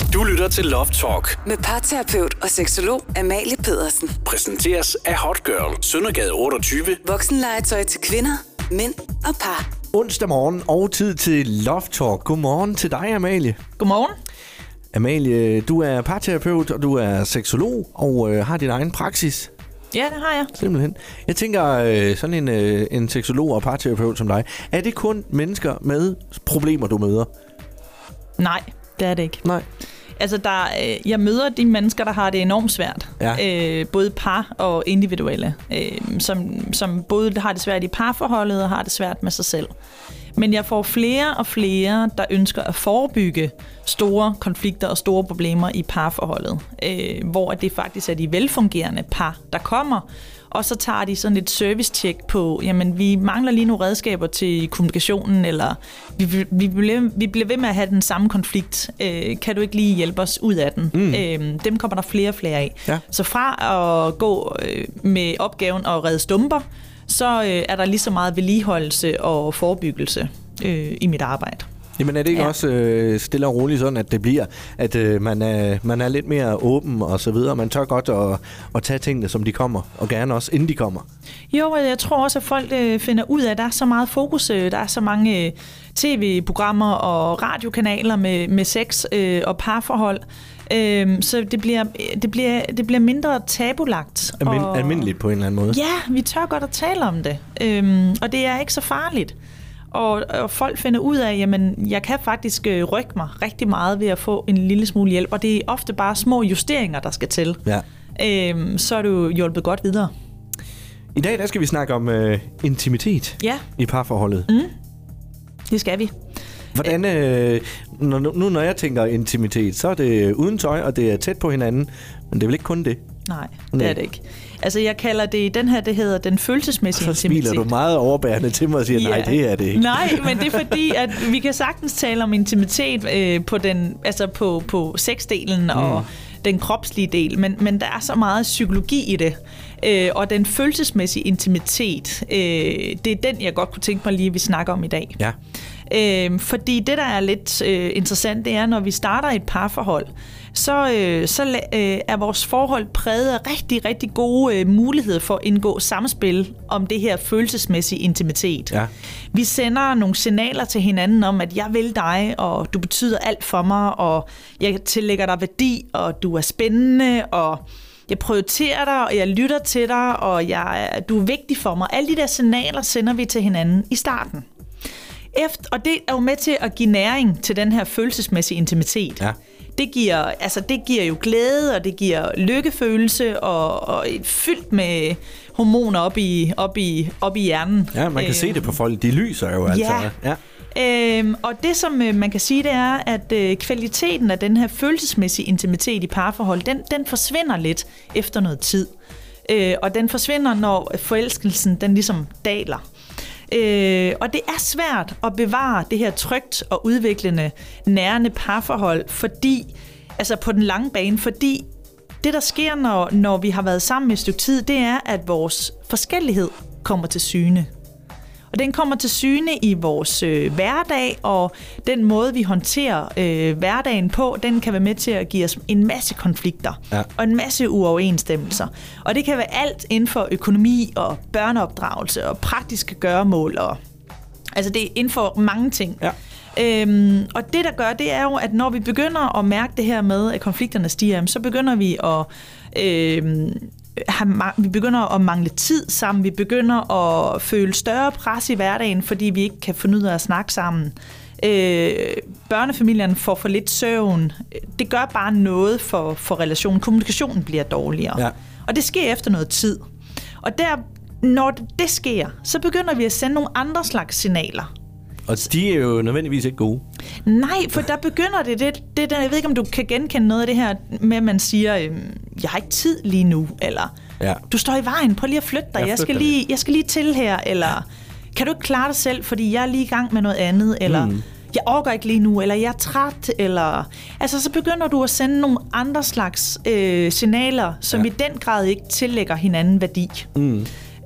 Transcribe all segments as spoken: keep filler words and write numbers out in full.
Du lytter til Love Talk med parterapeut og seksolog Amalie Pedersen. Præsenteres af Hot Girl, Søndergade otteogtyve. Voksenlegetøj til kvinder, mænd og par. Onsdag morgen og tid til Love Talk. Godmorgen til dig, Amalie. Godmorgen. Amalie, du er parterapeut, og du er seksolog, og øh, har din egen praksis. Ja, det har jeg. Simpelthen. Jeg tænker, øh, sådan en, øh, en seksolog og parterapeut som dig, er det kun mennesker med problemer, du møder? Nej, det er det ikke. Nej. Altså, der, øh, jeg møder de mennesker, der har det enormt svært. Ja. Øh, både par og individuelle. Øh, som, som både har det svært i parforholdet og har det svært med sig selv. Men jeg får flere og flere, der ønsker at forebygge store konflikter og store problemer i parforholdet. Øh, hvor det faktisk er de velfungerende par, der kommer. Og så tager de sådan et service-check på, jamen vi mangler lige nogle redskaber til kommunikationen, eller vi, vi, bliver, vi bliver ved med at have den samme konflikt. Øh, kan du ikke lige hjælpe os ud af den? Mm. Øh, dem kommer der flere og flere af. Ja. Så fra at gå øh, med opgaven at redde stumper, så øh, er der lige så meget vedligeholdelse og forebyggelse øh, i mit arbejde. Jamen er det ikke ja. også øh, stille og roligt sådan, at det bliver, at øh, man, er, man er lidt mere åben og så videre, man tør godt at, at tage tingene, som de kommer, og gerne også inden de kommer? Jo, jeg tror også, at folk øh, finder ud af, at der er så meget fokus, øh, der er så mange øh, tv-programmer og radiokanaler med, med sex øh, og parforhold, øh, så det bliver, det, bliver, det bliver mindre tabulagt. Almin- og, almindeligt på en eller anden måde? Ja, vi tør godt at tale om det, øh, og det er ikke så farligt. Og, og folk finder ud af, jamen, jeg kan faktisk øh, rykke mig rigtig meget ved at få en lille smule hjælp, og det er ofte bare små justeringer, der skal til. Ja. Øhm, så er du hjulpet godt videre. I dag der skal vi snakke om øh, intimitet ja. i parforholdet. Mm. Det skal vi. Hvordan, øh, når, nu når jeg tænker intimitet, så er det uden tøj, og det er tæt på hinanden, men det er vel ikke kun det? Nej, det er det ikke. Altså, jeg kalder det, den her, det hedder den følelsesmæssige intimitet. Så smiler du meget overbærende til mig og siger, ja. nej, det er det ikke. Nej, men det er fordi, at vi kan sagtens tale om intimitet øh, på, den, altså på, på sexdelen mm. og den kropslige del, men, men der er så meget psykologi i det. Øh, og den følelsesmæssige intimitet, øh, det er den, jeg godt kunne tænke mig lige, at vi snakker om i dag. Ja. Øh, fordi det, der er lidt øh, interessant, det er, når vi starter et parforhold, så, øh, så øh, er vores forhold præget af rigtig, rigtig gode øh, muligheder for at indgå samspil om det her følelsesmæssige intimitet. Ja. Vi sender nogle signaler til hinanden om, at jeg vil dig, og du betyder alt for mig, og jeg tillægger dig værdi, og du er spændende, og jeg prioriterer dig, og jeg lytter til dig, og jeg, du er vigtig for mig. Alle de der signaler sender vi til hinanden i starten. Efter, og det er jo med til at give næring til den her følelsesmæssige intimitet. Ja. Det giver, altså det giver jo glæde, og det giver lykkefølelse, og, og fyldt med hormoner op i, op i, op i hjernen. Ja, man kan øh, se det på folk. De lyser jo altså. Ja. ja. Øhm, og det, som øh, man kan sige, det er, at øh, kvaliteten af den her følelsesmæssige intimitet i parforhold, den, den forsvinder lidt efter noget tid. Øh, og den forsvinder, når forelskelsen, den ligesom daler. Øh, og det er svært at bevare det her trygt og udviklende, nærende parforhold, fordi, altså på den lange bane, fordi det, der sker, når, når vi har været sammen et stykke tid, det er, at vores forskellighed kommer til syne. Og den kommer til syne i vores øh, hverdag, og den måde, vi håndterer øh, hverdagen på, den kan være med til at give os en masse konflikter ja. og en masse uoverensstemmelser. Og det kan være alt inden for økonomi og børneopdragelse og praktiske gøremål. Og, altså det er inden for mange ting. Ja. Øhm, og det, der gør, det er jo, at når vi begynder at mærke det her med, at konflikterne stiger, så begynder vi at... Øh, vi begynder at mangle tid sammen, vi begynder at føle større pres i hverdagen, fordi vi ikke kan finde ud af at snakke sammen. Øh, børnefamilierne får for lidt søvn. Det gør bare noget for, for relationen. Kommunikationen bliver dårligere. Ja. Og det sker efter noget tid. Og der, når det sker, så begynder vi at sende nogle andre slags signaler. Og de er jo nødvendigvis ikke gode. Nej, for der begynder det, det, det der, jeg ved ikke, om du kan genkende noget af det her med, at man siger, jeg har ikke tid lige nu, eller ja. du står i vejen, prøv lige at flytte dig, jeg, jeg, skal, lige, jeg skal lige til her, eller kan du ikke klare dig selv, fordi jeg er lige i gang med noget andet, eller mm. jeg orker ikke lige nu, eller jeg er træt, eller... Altså, så begynder du at sende nogle andre slags øh, signaler, som ja. i den grad ikke tillægger hinanden værdi. Mm.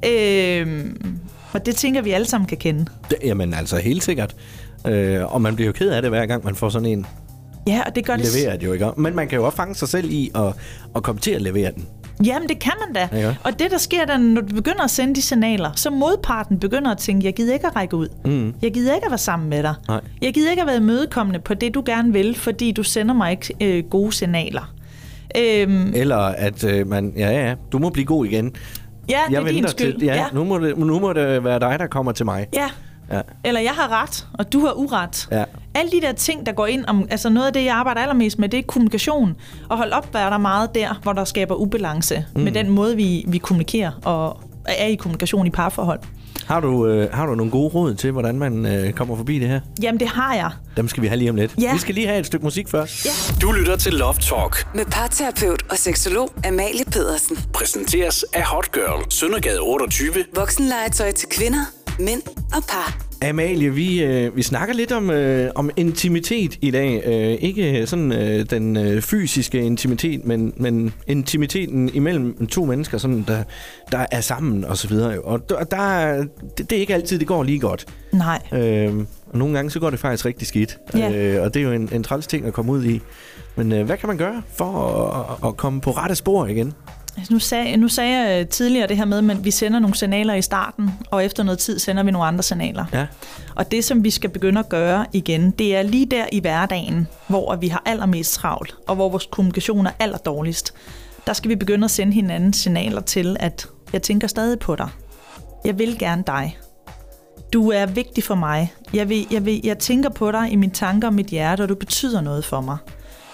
Øh, og det tænker vi alle sammen kan kende. Det, jamen, altså helt sikkert. Øh, og man bliver jo ked af det, hver gang man får sådan en. Ja, og det gør det... Leverer det jo, ikke? Men man kan jo også fange sig selv i at, at komme til at levere den. Jamen, det kan man da. Ja. Og det, der sker, der, når du begynder at sende de signaler, så modparten begynder at tænke, jeg gider ikke at række ud. Mm. Jeg gider ikke at være sammen med dig. Nej. Jeg gider ikke at være imødekommende på det, du gerne vil, fordi du sender mig ikke øh, gode signaler. Øhm, Eller at øh, man, ja, ja, du må blive god igen. ja, det Jeg er din venter skyld. til, ja, ja. Nu, må det, nu må det være dig, der kommer til mig. Ja. Ja. Eller jeg har ret, og du har uret. Ja. Alle de der ting, der går ind om... Altså noget af det, jeg arbejder allermest med, det er kommunikation. Og hold op, hvad er der meget der, hvor der skaber ubalance mm. med den måde, vi, vi kommunikerer og er i kommunikation i parforhold. Har du, øh, har du nogle gode råd til, hvordan man øh, kommer forbi det her? Jamen, det har jeg. Dem skal vi have lige om lidt. Ja. Vi skal lige have et stykke musik først. Ja. Du lytter til Love Talk. Med parterapeut og seksolog Amalie Pedersen. Præsenteres af Hot Girl. Søndergade otteogtyve. Voksenlegetøj til kvinder, mænd og par. Amalie, vi, øh, vi snakker lidt om, øh, om intimitet i dag. Øh, ikke sådan øh, den øh, fysiske intimitet, men, men intimiteten imellem to mennesker, sådan, der, der er sammen og så videre. Og der, der, det, det er ikke altid, det går lige godt. Nej. Øh, og nogle gange så går det faktisk rigtig skidt. Ja. Øh, og det er jo en, en træls ting at komme ud i. Men øh, hvad kan man gøre for at, at komme på rette spor igen? Altså, nu, sagde, nu sagde jeg tidligere det her med, at vi sender nogle signaler i starten, og efter noget tid sender vi nogle andre signaler. Ja. Og det, som vi skal begynde at gøre igen, det er lige der i hverdagen, hvor vi har allermest travlt, og hvor vores kommunikation er allerdårligst. Der skal vi begynde at sende hinanden signaler til, at jeg tænker stadig på dig. Jeg vil gerne dig. Du er vigtig for mig. Jeg, vil, jeg, vil, jeg tænker på dig i mine tanker og mit hjerte, og du betyder noget for mig.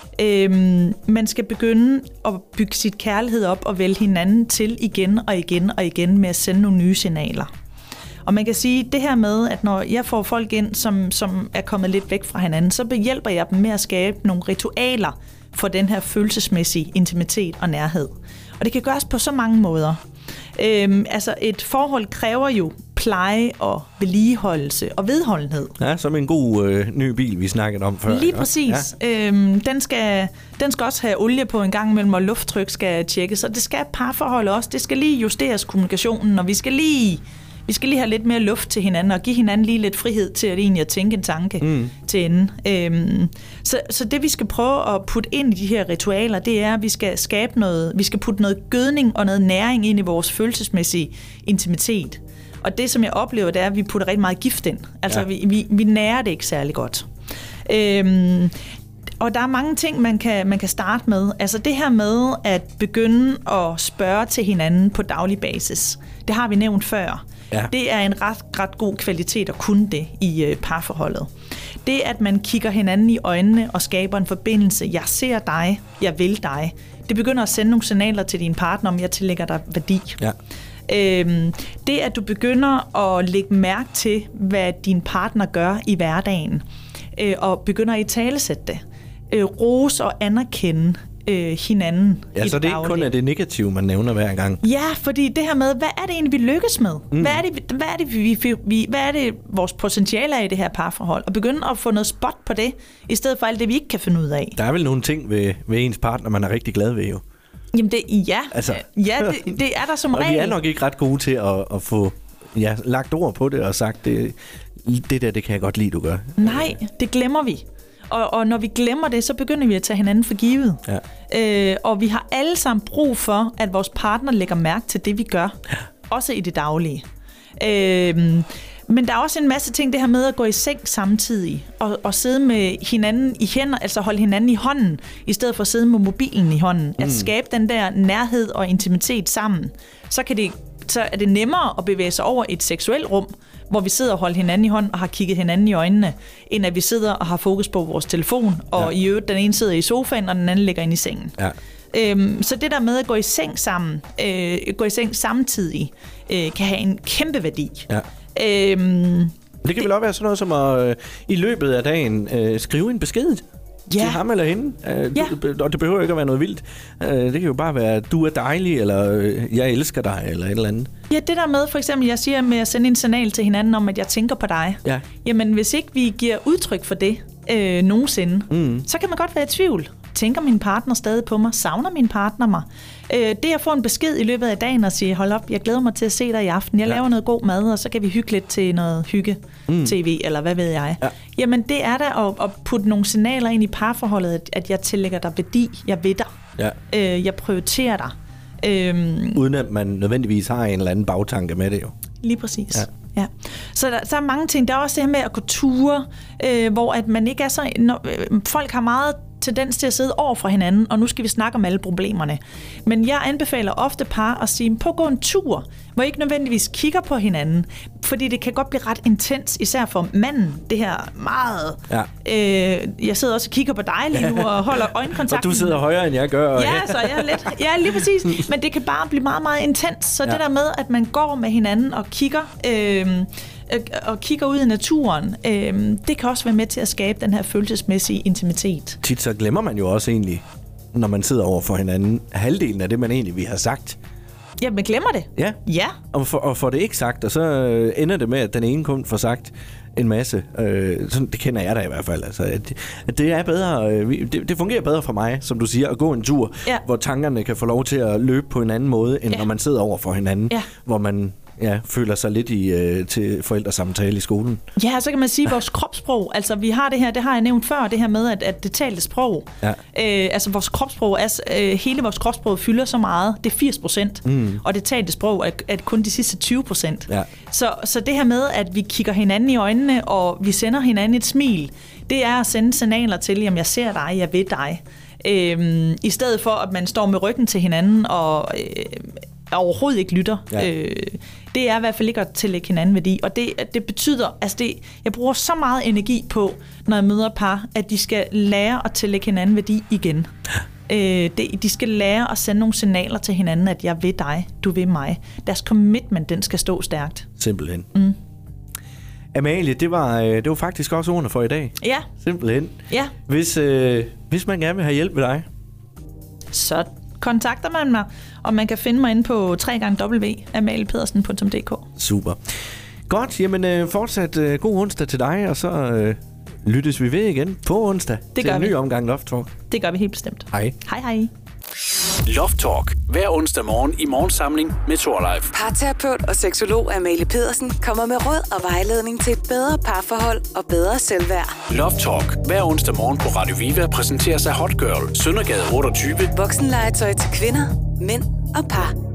Øhm, man skal begynde at bygge sit kærlighed op og vælge hinanden til igen og igen og igen med at sende nogle nye signaler. Og man kan sige, det her med, at når jeg får folk ind, som, som er kommet lidt væk fra hinanden, så hjælper jeg dem med at skabe nogle ritualer for den her følelsesmæssige intimitet og nærhed. Og det kan gøres på så mange måder. Øhm, altså et forhold kræver jo pleje og vedligeholdelse og vedholdenhed. Ja, som en god øh, ny bil, vi snakkede om før. Lige præcis. Ja. Øhm, den, skal, den skal også have olie på en gang imellem, og lufttryk skal tjekkes, og det skal parforhold også. Det skal lige justeres kommunikationen, og vi skal lige... Vi skal lige have lidt mere luft til hinanden, og give hinanden lige lidt frihed til at egentlig at tænke en tanke mm. til enden. Øhm, så, så det, vi skal prøve at putte ind i de her ritualer, det er, at vi skal skabe noget, vi skal putte noget gødning og noget næring ind i vores følelsesmæssige intimitet. Og det, som jeg oplever, det er, at vi putter rigtig meget gift ind. Altså, ja. vi, vi, vi nærer det ikke særlig godt. Øhm, og der er mange ting, man kan, man kan starte med. Altså det her med at begynde at spørge til hinanden på daglig basis. Det har vi nævnt før. Ja. Det er en ret, ret god kvalitet at kunne det i øh, parforholdet. Det, at man kigger hinanden i øjnene og skaber en forbindelse. Jeg ser dig, jeg vil dig. Det begynder at sende nogle signaler til din partner, om jeg tillægger dig værdi. Ja. Øhm, det, at du begynder at lægge mærke til, hvad din partner gør i hverdagen, øh, og begynder at italesætte det. Øh, rose og anerkende øh, hinanden. Ja, så det er ikke kun er det negative, man nævner hver gang. Ja, fordi det her med, hvad er det egentlig, vi lykkes med? Mm. Hvad er det, hvad er det, vi, vi, hvad er det vores potentiale er i det her parforhold? Og begynde at få noget spot på det, i stedet for alt det, vi ikke kan finde ud af. Der er vel nogle ting ved, ved ens partner, man er rigtig glad ved, jo. Jamen, det, ja. Altså. Ja, det, det er der som og regel. Og vi er nok ikke ret gode til at, at få ja, lagt ord på det og sagt, det, det der, det kan jeg godt lide, du gør. Nej, det glemmer vi. Og, og når vi glemmer det, så begynder vi at tage hinanden for givet. Ja. Øh, og vi har alle sammen brug for, at vores partner lægger mærke til det, vi gør. Ja. Også i det daglige. Øh, men der er også en masse ting, det her med at gå i seng samtidig. Og, og sidde med hinanden i hænder, altså holde hinanden i hånden, i stedet for at sidde med mobilen i hånden. Mm. At skabe den der nærhed og intimitet sammen. Så, kan det, så er det nemmere at bevæge sig over et seksuelt rum, hvor vi sidder og holder hinanden i hånden og har kigget hinanden i øjnene, end at vi sidder og har fokus på vores telefon, og ja. i øvrigt den ene sidder i sofaen, og den anden ligger inde i sengen. Ja. Øhm, så det der med at gå i seng sammen, øh, gå i seng samtidig, øh, kan have en kæmpe værdi. Ja. Øhm, det kan vel også være sådan noget som at øh, i løbet af dagen øh, skrive en besked ja. til ham eller hende. Øh, ja. du, og det behøver ikke at være noget vildt. Øh, det kan jo bare være, du er dejlig, eller øh, jeg elsker dig, eller et eller andet. Ja, det der med, for eksempel, jeg siger med at sende en signal til hinanden om, at jeg tænker på dig. Ja. Jamen, hvis ikke vi giver udtryk for det øh, nogensinde, mm. så kan man godt være i tvivl. tænker min partner stadig på mig? Savner min partner mig? Øh, det at få en besked i løbet af dagen og sige, hold op, jeg glæder mig til at se dig i aften. Jeg ja. laver noget god mad, og så kan vi hygge lidt til noget hygge-tv, mm. eller hvad ved jeg. Ja. Jamen, det er da at, at putte nogle signaler ind i parforholdet, at jeg tillægger dig værdi, jeg ved dig, ja. øh, jeg prioriterer dig. Øhm, Uden at man nødvendigvis har en eller anden bagtanke med det jo. Lige præcis. Ja. Ja. Så der, der er mange ting. Der er også det her med at gå ture, øh, hvor at man ikke er så... Når, øh, folk har meget tendens til at sidde over for hinanden, og nu skal vi snakke om alle problemerne. Men jeg anbefaler ofte par at sige, på at gå en tur, hvor I ikke nødvendigvis kigger på hinanden, fordi det kan godt blive ret intens, især for manden, det her meget... Ja. Øh, jeg sidder også og kigger på dig lige nu, og holder øjenkontakten. Og du sidder højere, end jeg gør. Og ja, så jeg er lidt... Ja, lige præcis. Men det kan bare blive meget, meget intens. Så ja. det der med, at man går med hinanden og kigger... Øh, og kigger ud i naturen, øh, det kan også være med til at skabe den her følelsesmæssige intimitet. Tit så glemmer man jo også egentlig, når man sidder over for hinanden, halvdelen af det, man egentlig vi har sagt. Ja, man glemmer det. Ja, ja. Og, for, og får det ikke sagt, og så øh, ender det med, at den ene kun får sagt en masse. Øh, sådan, det kender jeg da i hvert fald. Altså, at, at det er bedre, øh, det, det fungerer bedre for mig, som du siger, at gå en tur, ja. hvor tankerne kan få lov til at løbe på en anden måde, end ja. når man sidder over for hinanden, ja. hvor man... Ja, føler sig lidt i øh, til forældresamtale i skolen. Ja, så kan man sige, at vores kropssprog, altså vi har det her, det har jeg nævnt før, det her med, at, at det talte sprog, ja. øh, altså vores kropssprog, altså, øh, hele vores kropssprog fylder så meget, det er firs procent, mm. og det talte sprog er, er kun de sidste tyve procent. Ja. Så, så det her med, at vi kigger hinanden i øjnene, og vi sender hinanden et smil, det er at sende signaler til, jamen jeg ser dig, jeg ved dig. Øh, I stedet for, at man står med ryggen til hinanden, og... Øh, overhovedet ikke lytter. Ja. Øh, det er i hvert fald ikke at tillægge hinanden værdi. Og det, det betyder, altså det, jeg bruger så meget energi på, når jeg møder par, at de skal lære at tillægge hinanden værdi igen. øh, det, de skal lære at sende nogle signaler til hinanden, at jeg ved dig, du ved mig. Deres commitment, den skal stå stærkt. Simpelthen. Mm. Amalie, det var, det var faktisk også ordene for i dag. Ja. Simpelthen. Ja. Hvis, øh, hvis man gerne vil have hjælp med dig, så kontakter man mig, og man kan finde mig inde på w w w punktum amalie pedersen punktum d k. Super. Godt, jamen øh, fortsat øh, god onsdag til dig, og så øh, lyttes vi ved igen på onsdag det til en ny vi. omgang Love Talk. Det gør vi helt bestemt. Hej. Hej, hej. Love Talk. Hver onsdag morgen i Morgensamling med Thorleif. Parterapeut og seksolog Amalie Pedersen kommer med råd og vejledning til et bedre parforhold og bedre selvværd. Love Talk. Hver onsdag morgen på Radio Viva præsenteres af Hot Girl, Søndergade otteogtyve. Voksenlegetøj til kvinder, mænd og par.